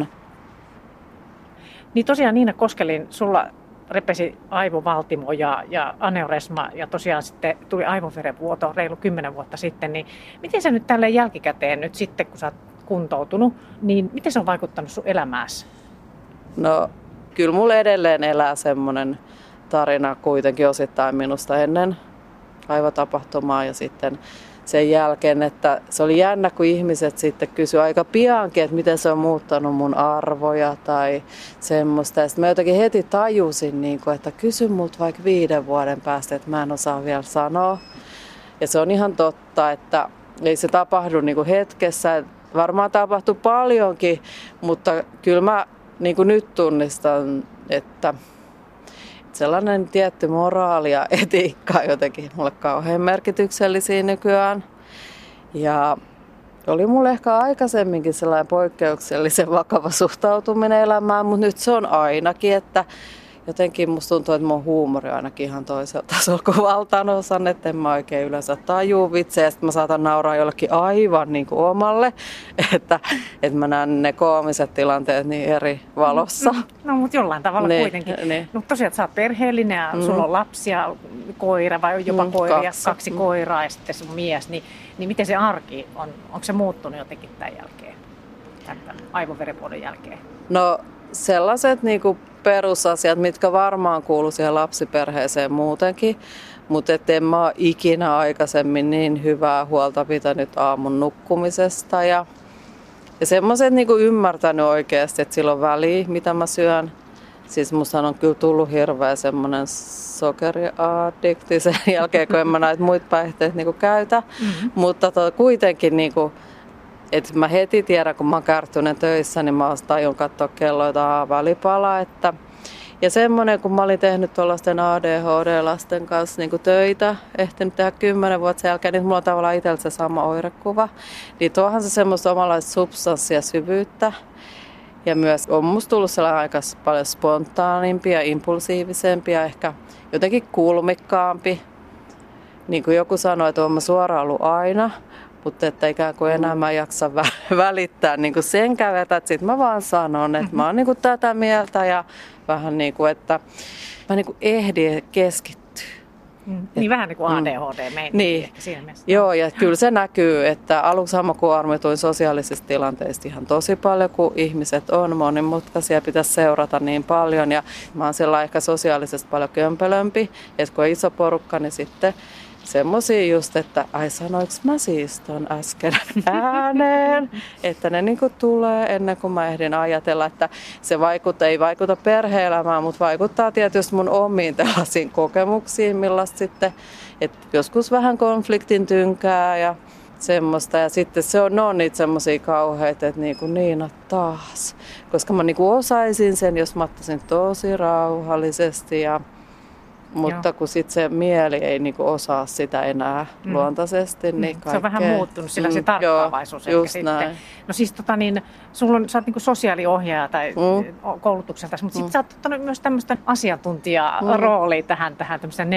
Niin tosiaan Niina Koskelin, sulla repesi aivovaltimo ja, ja aneurysma ja tosiaan sitten tuli aivoverenvuoto reilu kymmenen vuotta sitten. Niin miten sä nyt tälleen jälkikäteen nyt sitten, kun sä oot kuntoutunut, niin miten se on vaikuttanut sun elämääsi? No kyllä mulla edelleen elää semmoinen tarina kuitenkin osittain minusta ennen aivotapahtumaa ja sitten sen jälkeen, että se oli jännä, kun ihmiset sitten kysyivät aika piankin, että miten se on muuttanut mun arvoja tai semmoista. Ja sitten mä jotenkin heti tajusin, että kysy multa vaikka viiden vuoden päästä, että mä en osaa vielä sanoa. Ja se on ihan totta, että ei se tapahdu niin kuin hetkessä. Varmaan tapahtui paljonkin, mutta kyllä mä niin kuin nyt tunnistan, että sellainen tietty moraali ja etiikka on jotenkin mulle kauhean merkityksellisiä nykyään. Ja oli mulle ehkä aikaisemminkin sellainen poikkeuksellisen vakava suhtautuminen elämään, mutta nyt se on ainakin, että jotenkin musta tuntuu, että mun huumori on ainakin ihan toisella tasolla kuin valtaosan, että en mä oikein yleensä tajuu vitsejä. Sitten mä saatan nauraa jollekin aivan niin kuin omalle, että, että mä näen ne koomiset tilanteet niin eri valossa. No mutta jollain tavalla niin, kuitenkin. Niin. No tosiaan, että sä oot perheellinen ja mm. sulla on lapsia, koira vai jopa mm, koiria, kaksi, kaksi mm. koiraa ja sitten sun mies. Niin, niin miten se arki on? Onko se muuttunut jotenkin tämän jälkeen, tämän aivoverenvuodon jälkeen? No sellaiset niin kuin perusasiat, mitkä varmaan kuuluu siihen lapsiperheeseen muutenkin. Mutta en mä ole ikinä aikaisemmin niin hyvää huolta pitänyt aamun nukkumisesta. Ja, ja semmoiset niin kuin ymmärtänyt oikeasti, että sillä on väliä, mitä mä syön. Siis musta on kyllä tullut hirveä semmoinen sokeriaddikti sen jälkeen, kun en mä näitä muita päihteitä niin kuin käytä. Mm-hmm. Mutta to, kuitenkin, niin kuin, että mä heti tiedän, kun mä oon kärtynen töissä, niin mä tajun katsoa kelloita välipala. Että ja semmoinen, kun mä olin tehnyt tuollaisten A D H D-lasten kanssa niin töitä, ehtinyt tehdä kymmenen vuotta sen jälkeen, niin mulla on tavallaan itsellä se sama oirekuva. Niin tuohan se semmoista omanlaista substanssia, syvyyttä. Ja myös on musta tullut sellainen aika paljon spontaanimpi ja impulsiivisempi ja ehkä jotenkin kulmikkaampi. Niin kuin joku sanoi, että olen mä suoraan ollut aina, mutta että ikään kuin enää mä jaksa välittää niin kuin sen kävetä. Sitten mä vaan sanon, että mä oon niin kuin tätä mieltä ja vähän niin kuin, että mä niin kuin ehdin keskittyä. Mm. Niin vähän niin kuin A D H D meidän niin. Joo, ja kyllä se näkyy, että aluksi mä kuormituin sosiaalisista tilanteista ihan tosi paljon, kun ihmiset on monimutkaisia, pitäisi seurata niin paljon. Ja mä oon siellä ehkä sosiaalisesti paljon kömpelömpi, että kun on iso porukka, niin sitten semmosia just, että ai sanoinko mä siis ton äsken ääneen, että ne niinku tulee ennen kuin mä ehdin ajatella, että se vaikuttaa, ei vaikuta perhe-elämään, mutta vaikuttaa tietysti mun omiin tällaisiin kokemuksiin, millaista sitten, että joskus vähän konfliktin tynkää ja semmoista. Ja sitten se on, ne on niitä semmosia kauheita, että niinku Niina taas, koska mä niinku osaisin sen, jos mä ottaisin tosi rauhallisesti ja mutta kun sitten se mieli ei niinku osaa sitä enää mm. luontaisesti, niin kaikkea. Se on vähän muuttunut, sillä se tarkkaavaisuus. Mm, joo, sitten. Näin. No siis tota niin, sulla on, sä oot niinku sosiaaliohjaaja tai mm. koulutukselta, mutta sitten mm. sä oot ottanut myös tämmöistä asiantuntijaroolia mm. tähän, tähän tämmöiseen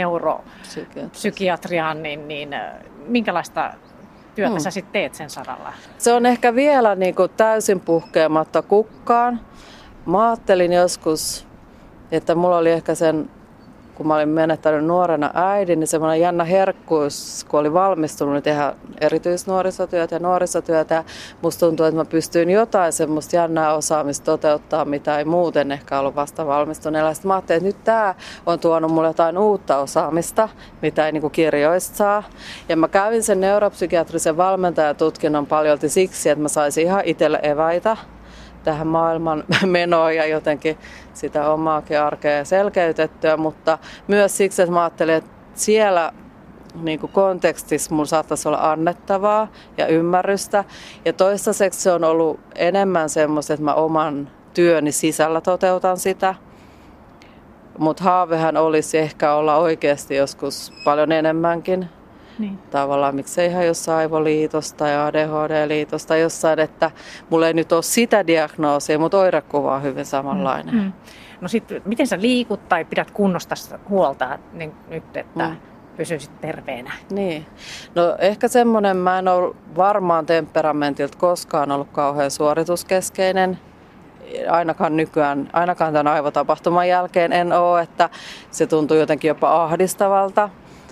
neuropsykiatriaan, niin, niin minkälaista työtä mm. sä sitten teet sen saralla? Se on ehkä vielä niinku täysin puhkeamatta kukkaan. Mä ajattelin joskus, että mulla oli ehkä sen kun mä olin menettänyt nuorena äidin, niin semmoinen jännä herkkuus, kun olin valmistunut niin tehdä erityisnuorisotyötä ja nuorisotyötä. Ja musta tuntuu, että mä pystyin jotain semmoista jännää osaamista toteuttaa, mitä ei muuten ehkä ollut vasta valmistuneella. Sitten mä ajattelin, että nyt tää on tuonut mulle jotain uutta osaamista, mitä ei niinku kirjoista saa. Ja mä kävin sen neuropsykiatrisen valmentajatutkinnon paljolti siksi, että mä saisin ihan itselle eväitä tähän maailman menoon ja jotenkin sitä omaakin arkea selkeytettyä, mutta myös siksi, että mä ajattelin, että siellä niin kuin kontekstissa mulla saattaisi olla annettavaa ja ymmärrystä. Ja toistaiseksi se on ollut enemmän semmoista, että mä oman työni sisällä toteutan sitä. Mutta haavehan olisi ehkä olla oikeasti joskus paljon enemmänkin. Niin. Tavallaan miksei ihan jossain aivoliitosta tai A D H D-liitosta jossain, että mulla ei nyt ole sitä diagnoosia, mutta oirekuva on hyvin samanlainen. Mm. No sitten, miten sä liikut tai pidät kunnosta huolta niin nyt, että mm. pysyisit terveenä? Niin. No ehkä semmoinen, mä en ole varmaan temperamentilta koskaan ollut kauhean suorituskeskeinen. Ainakaan nykyään, ainakaan tämän aivotapahtuman jälkeen en ole, että se tuntuu jotenkin jopa ahdistavalta.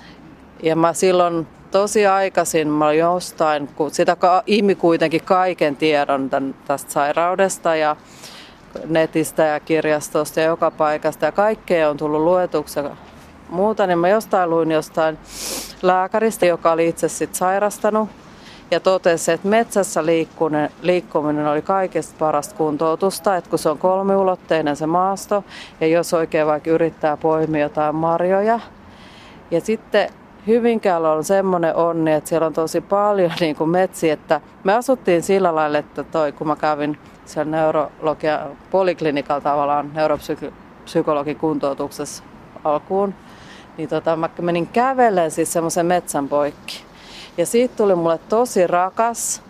Ja mä silloin tosi aikaisin, mä olin jostain, kun sitä ihmi kuitenkin kaiken tiedon tämän, tästä sairaudesta ja netistä ja kirjastosta ja joka paikasta ja kaikkea on tullut luetuksi ja muuta, niin mä jostain luin jostain lääkäristä, joka oli itse sit sairastanut ja totesi, että metsässä liikkuminen oli kaikista parasta kuntoutusta, että kun se on kolmiulotteinen se maasto ja jos oikein vaikka yrittää poimia jotain marjoja ja sitten Hyvinkäällä on semmoinen onni, että siellä on tosi paljon niin kuin metsiä, että me asuttiin sillä lailla, että toi, kun mä kävin siellä neurologia poliklinikalla tavallaan neuropsykologin kuntoutuksessa alkuun, niin tota, mä menin kävellen siis semmoisen metsän poikki. Ja siitä tuli mulle tosi rakas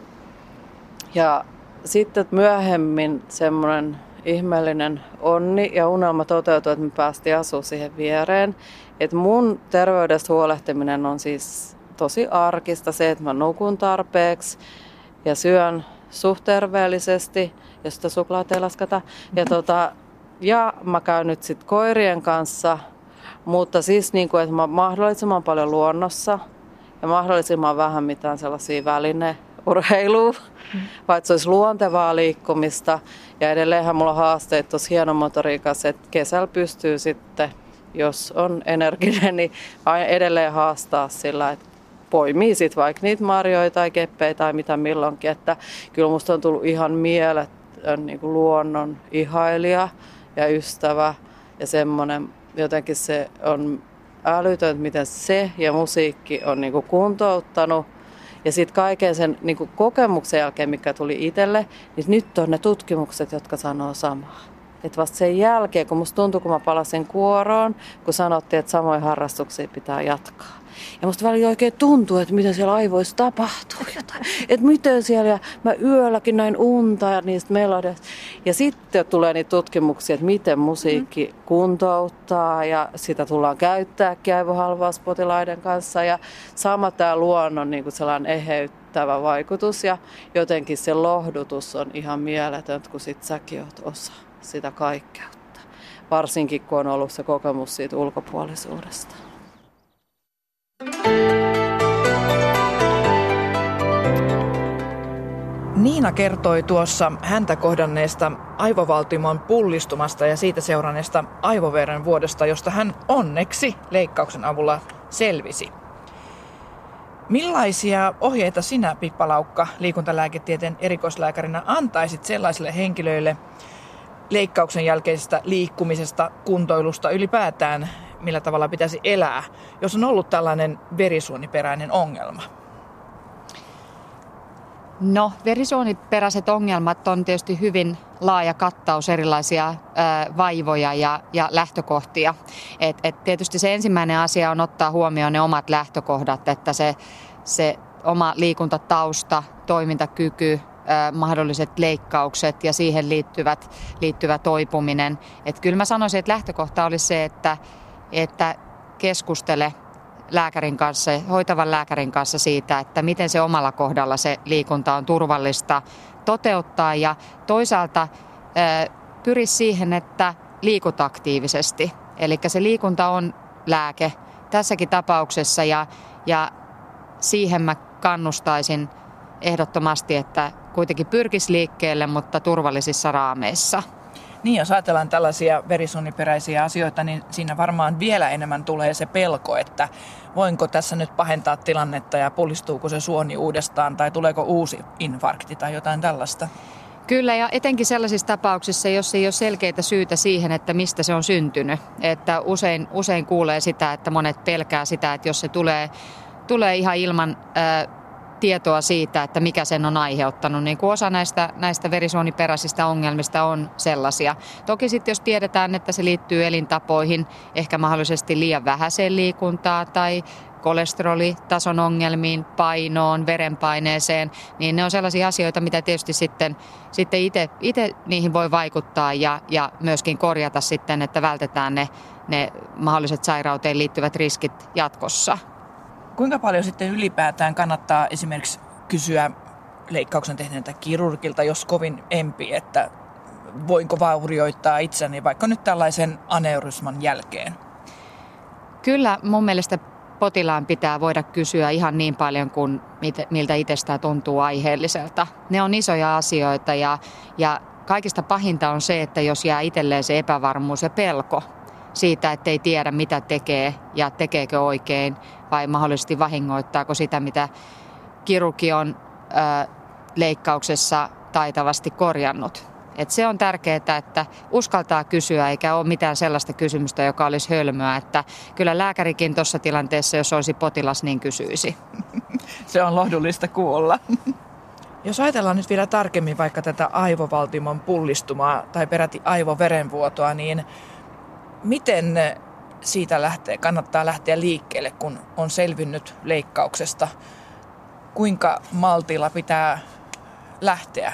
ja sitten myöhemmin semmoinen ihmeellinen onni ja unelma toteutui, että me päästiin asumaan siihen viereen. Et mun terveydestä huolehtiminen on siis tosi arkista se, että mä nukun tarpeeksi ja syön suht terveellisesti, jos sitä suklaata ei lasketa. Ja, tota, ja mä käyn nyt sit koirien kanssa, mutta siis niin kuin, että mä mahdollisimman paljon luonnossa ja mahdollisimman vähän mitään sellaisia väline urheilua, mm. vaan se olisi luontevaa liikkumista. Ja edelleenhän mulla on haasteet tuossa hienomotoriikassa, että kesällä pystyy sitten, jos on energinen, niin edelleen haastaa sillä, että poimii sitten vaikka niitä marjoja tai keppejä tai mitä milloinkin. Että kyllä musta on tullut ihan mieletön niin kuin luonnon ihailija ja ystävä ja semmoinen, jotenkin se on älytön, miten se ja musiikki on niin kuin kuntouttanut. Ja sitten kaiken sen niin kuin kokemuksen jälkeen, mikä tuli itselle, niin nyt on ne tutkimukset, jotka sanoo samaa. Että vasta sen jälkeen, kun musta tuntui, kun mä palasin kuoroon, kun sanottiin, että samoja harrastuksia pitää jatkaa. Ja musta välillä oikein tuntuu, että mitä siellä aivoissa tapahtuu jotain. Että miten siellä, ja mä yölläkin näin unta ja niistä melodioista. Ja sitten tulee niitä tutkimuksia, että miten musiikki kuntouttaa ja sitä tullaan käyttääkin aivohalvauspotilaiden kanssa. Ja sama tämä luonnon niin kuin sellainen eheyttävä vaikutus ja jotenkin se lohdutus on ihan mieletöntä, kun sit säkin oot osa sitä kaikkeutta. Varsinkin kun on ollut se kokemus siitä ulkopuolisuudesta. Niina kertoi tuossa häntä kohdanneesta aivovaltimon pullistumasta ja siitä seuranneesta aivoveren vuodosta, josta hän onneksi leikkauksen avulla selvisi. Millaisia ohjeita sinä, Pippa Laukka, liikuntalääketieteen erikoislääkärinä antaisit sellaisille henkilöille leikkauksen jälkeisestä liikkumisesta, kuntoilusta ylipäätään, millä tavalla pitäisi elää, jos on ollut tällainen verisuoniperäinen ongelma? No, verisuoniperäiset ongelmat on tietysti hyvin laaja kattaus erilaisia ää, vaivoja ja, ja lähtökohtia. Et, et tietysti se ensimmäinen asia on ottaa huomioon ne omat lähtökohdat, että se, se oma liikuntatausta, toimintakyky, ää, mahdolliset leikkaukset ja siihen liittyvät, liittyvä toipuminen. Et kyllä mä sanoisin, että lähtökohta olisi se, että, että keskustele lääkärin kanssa, hoitavan lääkärin kanssa siitä, että miten se omalla kohdalla se liikunta on turvallista toteuttaa ja toisaalta pyri siihen, että liikut aktiivisesti. Eli se liikunta on lääke tässäkin tapauksessa ja, ja siihen mä kannustaisin ehdottomasti, että kuitenkin pyrkisi liikkeelle, mutta turvallisissa raameissa. Niin, jos ajatellaan tällaisia verisuoniperäisiä asioita, niin siinä varmaan vielä enemmän tulee se pelko, että voinko tässä nyt pahentaa tilannetta ja pullistuuko se suoni uudestaan tai tuleeko uusi infarkti tai jotain tällaista. Kyllä, ja etenkin sellaisissa tapauksissa, jos ei ole selkeitä syytä siihen, että mistä se on syntynyt. Että usein, usein kuulee sitä, että monet pelkää sitä, että jos se tulee, tulee ihan ilman Äh, tietoa siitä, että mikä sen on aiheuttanut. Niin kuin osa näistä, näistä verisuoniperäisistä ongelmista on sellaisia. Toki sitten jos tiedetään, että se liittyy elintapoihin, ehkä mahdollisesti liian vähäiseen liikuntaan tai kolesterolitason ongelmiin, painoon, verenpaineeseen, niin ne on sellaisia asioita, mitä tietysti sitten, sitten itse, itse niihin voi vaikuttaa ja, ja myöskin korjata sitten, että vältetään ne, ne mahdolliset sairauteen liittyvät riskit jatkossa. Kuinka paljon sitten ylipäätään kannattaa esimerkiksi kysyä leikkauksen tehneeltä kirurgilta, jos kovin empi, että voinko vaurioittaa itseni vaikka nyt tällaisen aneurysman jälkeen? Kyllä mun mielestä potilaan pitää voida kysyä ihan niin paljon kuin miltä itsestään tuntuu aiheelliselta. Ne on isoja asioita ja, ja kaikista pahinta on se, että jos jää itselleen se epävarmuus ja pelko siitä, että ei tiedä mitä tekee ja tekeekö oikein vai mahdollisesti vahingoittaako sitä, mitä kirurgi on ö, leikkauksessa taitavasti korjannut. Et se on tärkeää, että uskaltaa kysyä eikä ole mitään sellaista kysymystä, joka olisi hölmöä. Että kyllä lääkärikin tuossa tilanteessa, jos olisi potilas, niin kysyisi. Se on lohdullista kuulla. Jos ajatellaan nyt vielä tarkemmin vaikka tätä aivovaltimon pullistumaa tai peräti aivoverenvuotoa, niin miten siitä lähtee, kannattaa lähteä liikkeelle, kun on selvinnyt leikkauksesta? Kuinka maltilla pitää lähteä?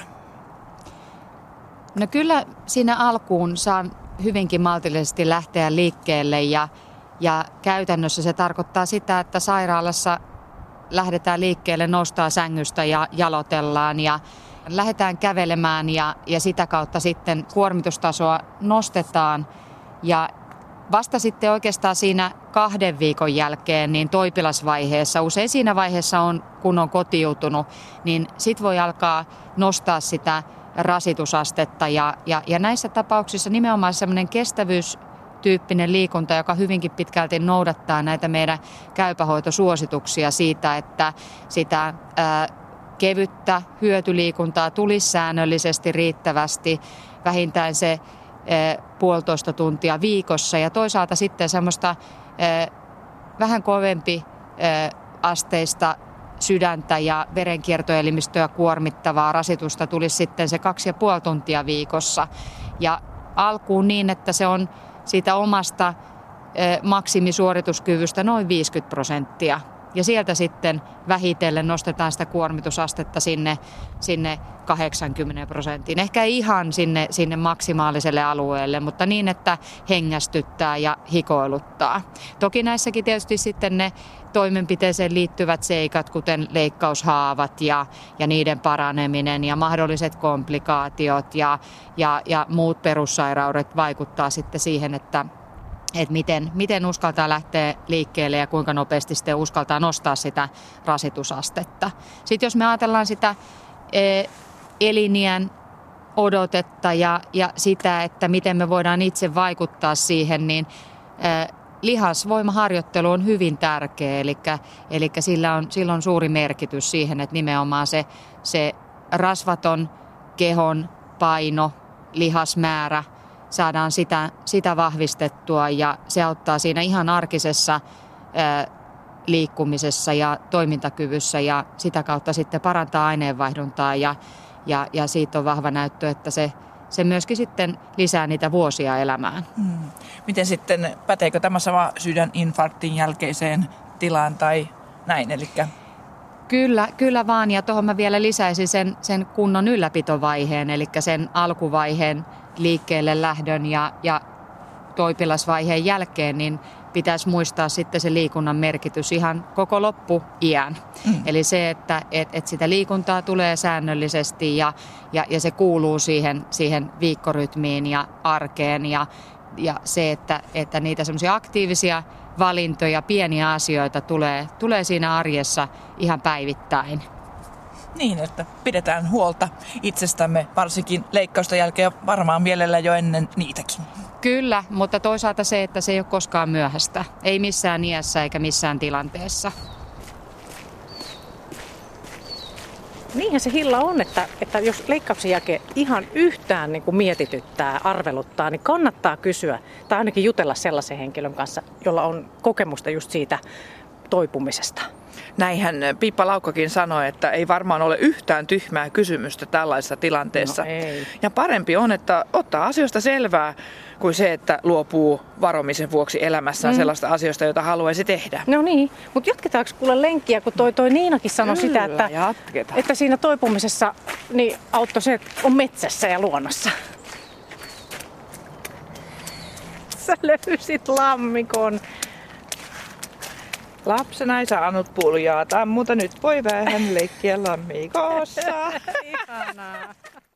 No kyllä siinä alkuun saa hyvinkin maltillisesti lähteä liikkeelle ja, ja käytännössä se tarkoittaa sitä, että sairaalassa lähdetään liikkeelle, noustaan sängystä ja jalotellaan ja lähdetään kävelemään ja, ja sitä kautta sitten kuormitustasoa nostetaan ja vasta sitten oikeastaan siinä kahden viikon jälkeen niin toipilasvaiheessa, usein siinä vaiheessa on, kun on kotiutunut, niin sit voi alkaa nostaa sitä rasitusastetta ja, ja, ja näissä tapauksissa nimenomaan semmoinen kestävyystyyppinen liikunta, joka hyvinkin pitkälti noudattaa näitä meidän käypähoitosuosituksia siitä, että sitä ää, kevyttä hyötyliikuntaa tulisi säännöllisesti riittävästi, vähintään se ää, puolitoista tuntia viikossa ja toisaalta sitten semmoista ää, vähän kovempi ää, asteista sydäntä ja verenkiertoelimistöä kuormittavaa rasitusta tulisi sitten se kaksi ja puoli tuntia viikossa. Ja alkuun niin, että se on siitä omasta eh, maksimisuorituskyvystä noin viisikymmentä prosenttia. Ja sieltä sitten vähitellen nostetaan sitä kuormitusastetta sinne, sinne kahdeksankymmentä prosenttiin. Ehkä ei ihan sinne, sinne maksimaaliselle alueelle, mutta niin, että hengästyttää ja hikoiluttaa. Toki näissäkin tietysti sitten ne toimenpiteeseen liittyvät seikat, kuten leikkaushaavat ja, ja niiden paraneminen ja mahdolliset komplikaatiot ja, ja, ja muut perussairaudet vaikuttaa sitten siihen, että että miten, miten uskaltaa lähteä liikkeelle ja kuinka nopeasti sitten uskaltaa nostaa sitä rasitusastetta. Sitten jos me ajatellaan sitä eliniän odotetta ja, ja sitä, että miten me voidaan itse vaikuttaa siihen, niin lihasvoimaharjoittelu on hyvin tärkeä, eli, eli sillä, on, sillä on suuri merkitys siihen, että nimenomaan se, se rasvaton kehon paino, lihasmäärä, saadaan sitä, sitä vahvistettua ja se auttaa siinä ihan arkisessa ää, liikkumisessa ja toimintakyvyssä ja sitä kautta sitten parantaa aineenvaihduntaa ja, ja, ja siitä on vahva näyttö, että se, se myöskin sitten lisää niitä vuosia elämään. Hmm. Miten sitten, päteekö tämä sama sydäninfarktin jälkeiseen tilaan tai näin? Elikkä... Kyllä, kyllä vaan ja tuohon mä vielä lisäisin sen, sen kunnon ylläpitovaiheen, eli sen alkuvaiheen liikkeelle lähdön ja, ja toipilasvaiheen jälkeen, niin pitäisi muistaa sitten se liikunnan merkitys ihan koko loppuiän. Mm. Eli se, että et, et sitä liikuntaa tulee säännöllisesti ja, ja, ja se kuuluu siihen, siihen viikkorytmiin ja arkeen ja, ja se, että, että niitä semmoisia aktiivisia valintoja, pieniä asioita tulee, tulee siinä arjessa ihan päivittäin. Niin, että pidetään huolta itsestämme, varsinkin leikkausta jälkeen ja varmaan mielellä jo ennen niitäkin. Kyllä, mutta toisaalta se, että se ei ole koskaan myöhäistä. Ei missään iässä eikä missään tilanteessa. Niinhän se Hilla on, että, että jos leikkauksen jälkeen ihan yhtään niin kuin mietityttää, arveluttaa, niin kannattaa kysyä tai ainakin jutella sellaisen henkilön kanssa, jolla on kokemusta just siitä toipumisesta. Näinhän Pippa Laukkakin sanoi, että ei varmaan ole yhtään tyhmää kysymystä tällaisessa tilanteessa. No ei. Ja parempi on, että ottaa asioista selvää kuin se, että luopuu varomisen vuoksi elämässään mm. sellaista asioista, joita haluaisi tehdä. No niin, mutta jatketaanko kuule lenkkiä, kun toi, toi Niinakin sanoi Kyllä, sitä, että, että siinä toipumisessa niin auttoi se, että on metsässä ja luonnossa. Sä löysit lammikon. Lapsena ei saanut puljaata, mutta nyt voi vähän leikkiä lammikossa. Ihanaa.